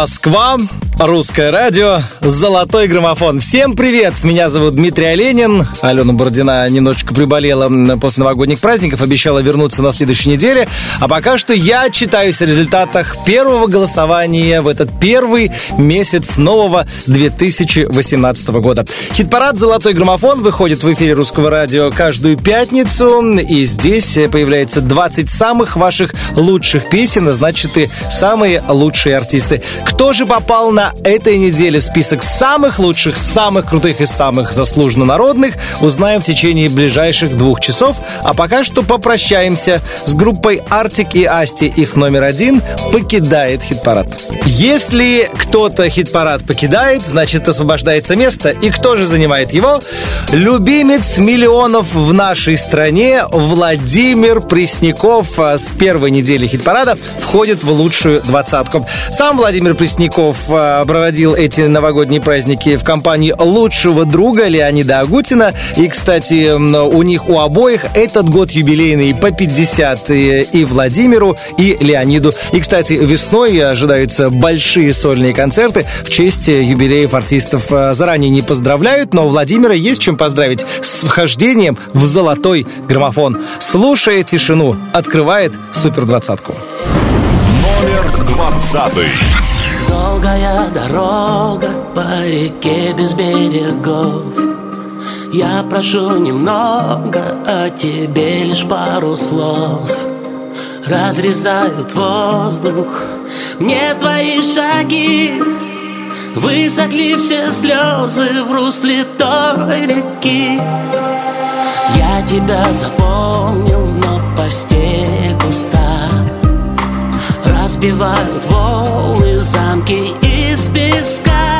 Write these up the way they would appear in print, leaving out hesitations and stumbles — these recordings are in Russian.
Москва, Русское радио, Золотой граммофон. Всем привет! Меня зовут Дмитрий Оленин. Алена Бородина немножечко приболела после новогодних праздников, обещала вернуться на следующей неделе. А пока что я отчитаюсь о результатах первого голосования в этот первый месяц нового 2018 года. Хит-парад «Золотой граммофон» выходит в эфире Русского радио каждую пятницу. И здесь появляется 20 самых ваших лучших песен, а значит и самые лучшие артисты. Кто же попал на этой неделе в список самых лучших, самых крутых и самых заслуженно народных, узнаем в течение ближайших 2 часов. А пока что попрощаемся с группой Артик и Асти. Их номер 1 покидает хит-парад. Если кто-то хит-парад покидает, значит освобождается место. И кто же занимает его? Любимец миллионов в нашей стране Владимир Пресняков с первой недели хит-парада входит в лучшую 20-ку. Сам Владимир Пресняков проводил эти новогодние праздники в компании лучшего друга Леонида Агутина. И, кстати, у них у обоих этот год юбилейный по 50 и Владимиру, и Леониду. И, кстати, весной ожидаются большие сольные концерты в честь юбилеев артистов. Заранее не поздравляют, но Владимира есть чем поздравить с вхождением в золотой граммофон. Слушая тишину, открывает супер 20-ку. Номер 20. Долгая дорога по реке без берегов. Я прошу немного, а тебе лишь пару слов. Разрезают воздух мне твои шаги. Высохли все слезы в русле той реки. Я тебя запомнил, но постель пуста. Разбивают волны замки из песка.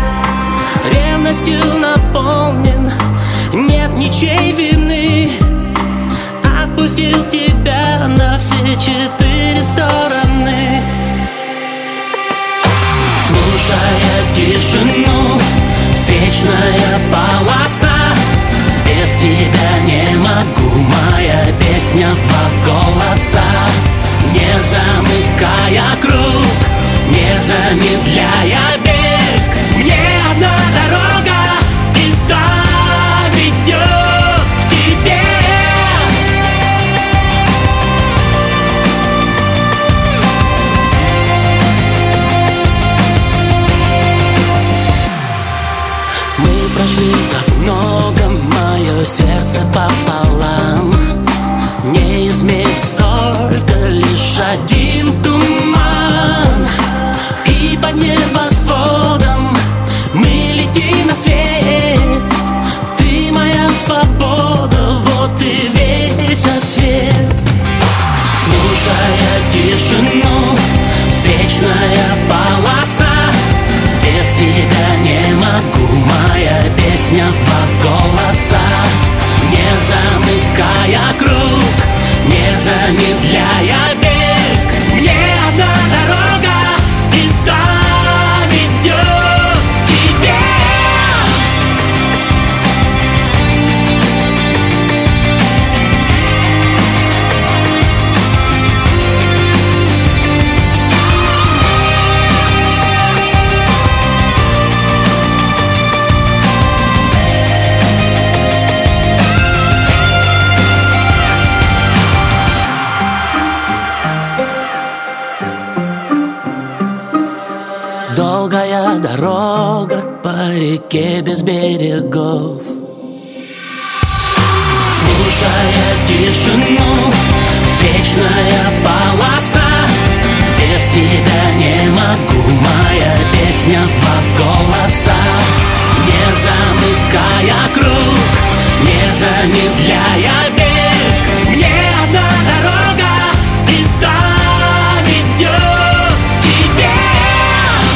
Ревностью наполнен, нет ничьей вины. Отпустил тебя на все 4 стороны. Слушая тишину, встречная полоса. Без тебя не могу, моя песня в 2 голоса. Не замыкая круг, не замедляя бег. Мне одна дорога, и та ведет к тебе. Мы прошли так много, мое сердце пополам. Не измерить столько, лишь один туман. И под небосводом мы летим на свет. Ты моя свобода, вот и весь ответ. Слушая тишину, встречная полоса. Без тебя не могу, моя песня в 2 голоса. Не замыкая круг, не замедляя бег. Мне одна дорога, и та ведет к тебе. Долгая дорога по реке без берегов. Слушая тишину, встречная полоса. Без тебя не могу, моя песня в 2 голоса. Не замыкая круг, не замедляя бег. Мне одна дорога, и та ведет к тебе.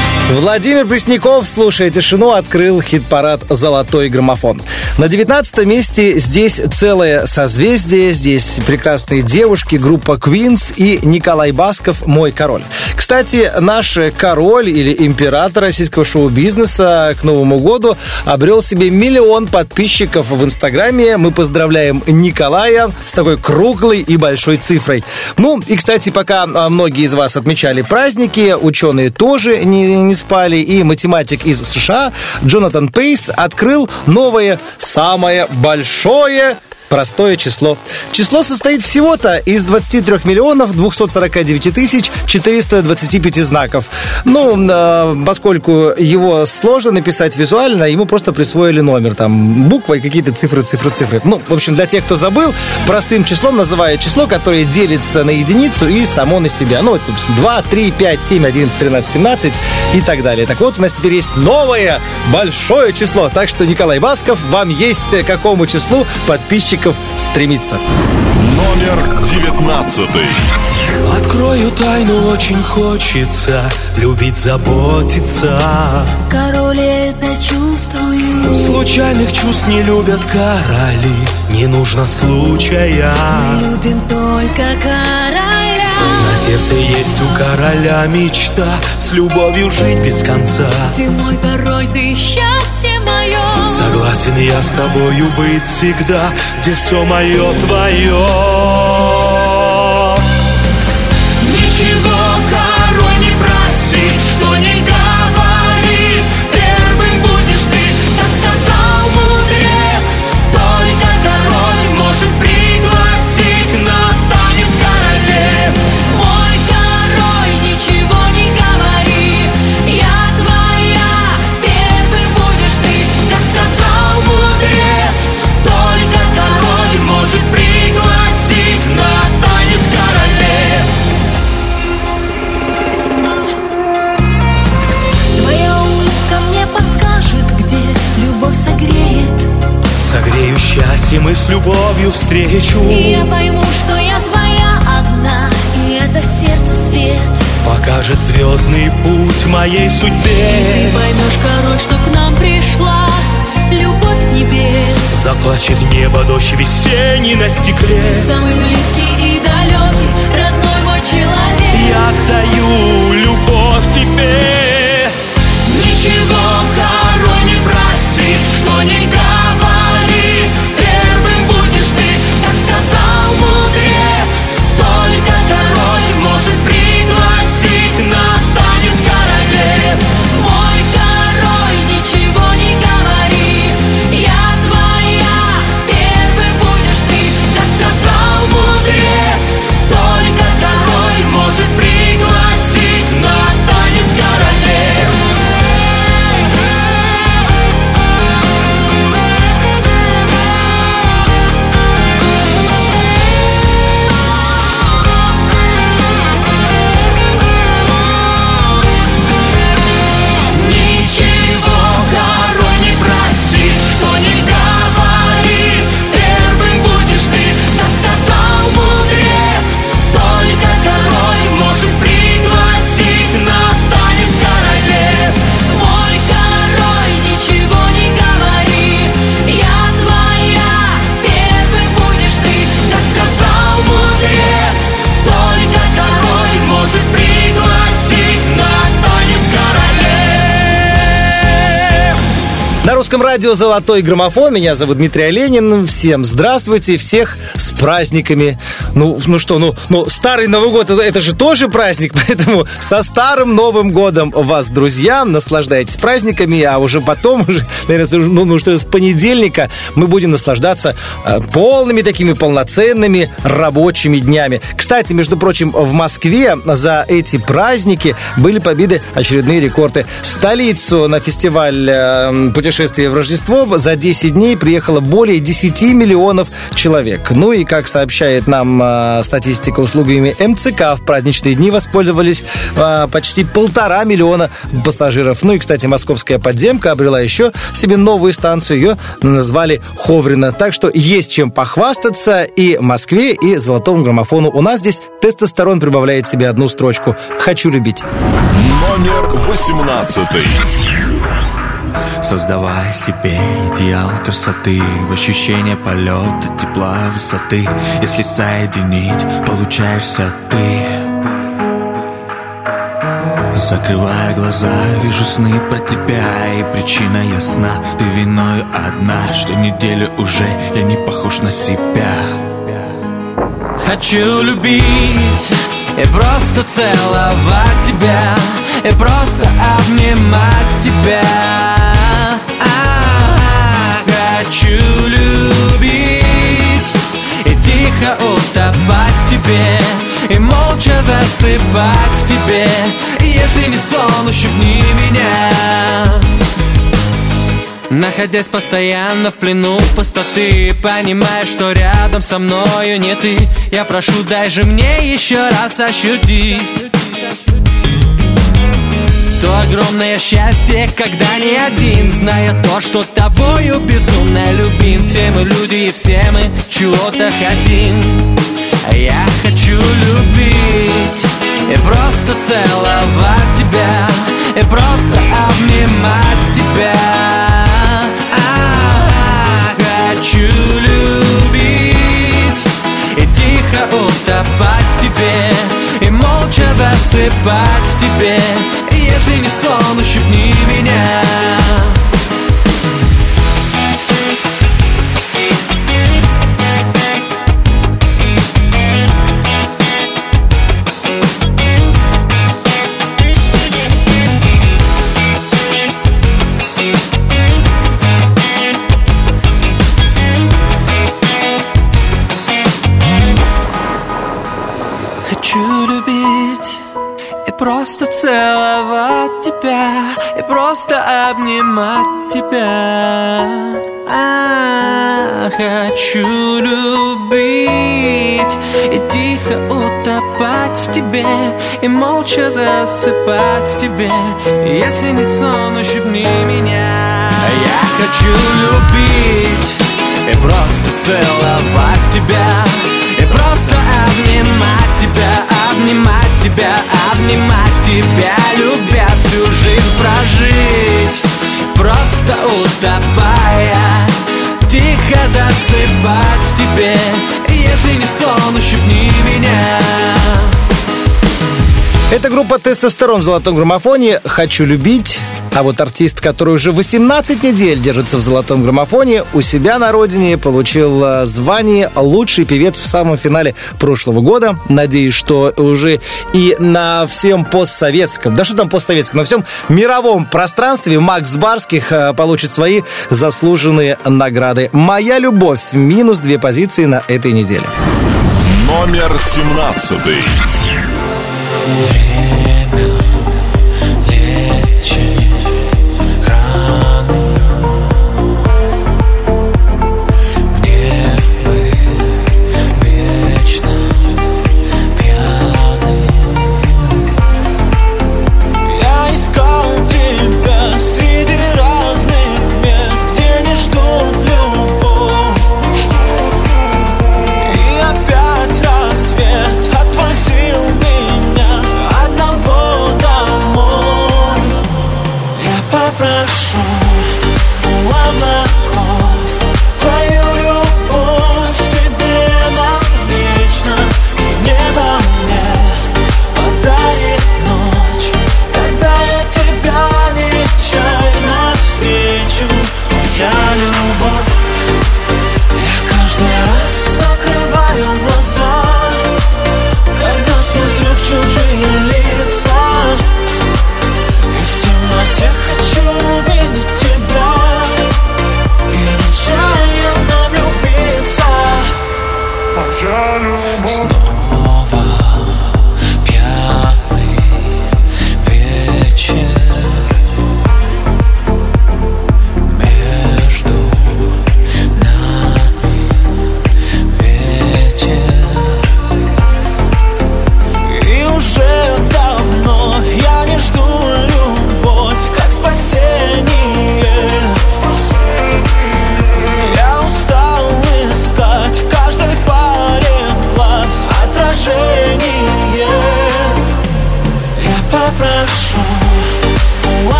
Владимир Пресняков, слушая тишину, открыл хит-парад «Золотой граммофон». На 19 месте здесь целое созвездие, здесь прекрасные девушки, группа Queens и Николай Басков «Мой король». Кстати, наш король или император российского шоу-бизнеса к Новому году обрел себе 1 миллион подписчиков в Инстаграме. Мы поздравляем Николая с такой круглой и большой цифрой. Ну, и, кстати, пока многие из вас отмечали праздники, ученые тоже не спали, и математик из США Джонатан Пейс открыл новое, самое большое простое число. Число состоит всего-то из 23 миллионов 249 тысяч 425 знаков. Ну, поскольку его сложно написать визуально, ему просто присвоили номер. Там буквы и какие-то цифры. Ну, в общем, для тех, кто забыл, простым числом называют число, которое делится на единицу и само на себя. Ну, это 2, 3, 5, 7, 11, 13, 17 и так далее. Так вот, у нас теперь есть новое большое число. Так что, Николай Басков, вам есть к какому числу подписчиков стремиться. Номер 19. Открою тайну, очень хочется любить, заботиться. Король, это чувствую. Случайных чувств не любят короли, не нужно случая. Мы любим только короля. На сердце есть у короля мечта, с любовью жить без конца. Ты мой король, ты счастье мое. Согласен я с тобою быть всегда, где все мое твое. Ничего, король, не проси, что не говори, первым будешь ты, так сказал мудрец. Только король может пригласить на танец королев. Мой король, ничего не говори, я твоя, первым будешь ты, так сказал мудрец. Только король может пригласить на танец королев. Твоя улыбка мне подскажет, где любовь согреет. Согрею счастьем и с любовью встречу. И я пойму, что я твоя одна, и это сердце свет. Покажет звездный путь моей судьбе. Ты поймешь, король, что к нам пришла любовь с небес. Заплачет небо, дождь весенний на стекле. Ты самый близкий и далекий, родной мой человек. Я отдаю любовь тебе. Ничего, король, не проси, что не говори, первым будешь ты, так сказал мудрец. Только король может пригласить на танец королев. Мой король, ничего не говори, я твоя, первым будешь ты, так сказал мудрец. Только король может пригласить на танец королев. Ничего, король, не проси, что не говори, первым будешь ты, так сказал мудрец. Только король может пригласить на танец королев. Мой король, ничего не говори, я твоя, первым будешь ты, так сказал мудрец. Только король может пригласить на танец королев. На русском радио «Золотой граммофон». Меня зовут Дмитрий Оленин. Всем здравствуйте, всех с праздниками. Ну что, старый Новый год, это же тоже праздник, поэтому со старым Новым годом вас, друзья. Наслаждайтесь праздниками, а уже потом, наверное, что с понедельника мы будем наслаждаться полными такими полноценными рабочими днями. Кстати, между прочим, в Москве за эти праздники были побиты очередные рекорды. В столицу на фестиваль путешествия в Рождество за 10 дней приехало более 10 миллионов человек. Ну и, как сообщает нам статистика услугами МЦК, в праздничные дни воспользовались почти 1,5 миллиона пассажиров. Ну и, кстати, московская подземка обрела еще себе новую станцию. Ее назвали Ховрино. Так что есть чем похвастаться и Москве, и Золотому граммофону. У нас здесь тестостерон прибавляет себе одну строчку. «Хочу любить». Номер 18. Создавай себе идеал красоты, в ощущение полета, тепла, высоты. Если соединить, получаешься ты. Закрывая глаза, вижу сны про тебя, и причина ясна. Ты виною одна, что неделю уже я не похож на себя. Хочу любить и просто целовать тебя, и просто обнимать тебя. Хочу любить и тихо утопать в тебе, и молча засыпать в тебе. И если не сон, ущипни меня. Находясь постоянно в плену пустоты, понимая, что рядом со мною не ты, я прошу, дай же мне еще раз ощутить то огромное счастье, когда не один, зная то, что тобою безумно любим. Все мы люди и все мы чего-то хотим. Я хочу любить и просто целовать тебя, и просто обнимать тебя. Хочу любить и тихо утопать в тебе, и молча засыпать в тебе. И если не сон, ущипни меня. Хочу любить и просто целовать тебя, и просто обнимать тебя. Хочу любить и тихо утопать в тебе, и молча засыпать в тебе. Если не сон, ущипни меня. Я хочу любить и просто целовать тебя, и просто обнимать тебя, обнимать тебя, обнимать тебя, любя всю жизнь прожить, просто утопая, тихо засыпать в тебе. И если не сон, ущипни меня. Это группа «Тестостерон» в золотом граммофоне «Хочу любить». А вот артист, который уже 18 недель держится в золотом граммофоне, у себя на родине получил звание «Лучший певец» в самом финале прошлого года. Надеюсь, что уже и на всем постсоветском, да что там постсоветском, на всем мировом пространстве Макс Барских получит свои заслуженные награды. «Моя любовь» минус 2 позиции на этой неделе. Номер 17. Отвозил меня одного.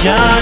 я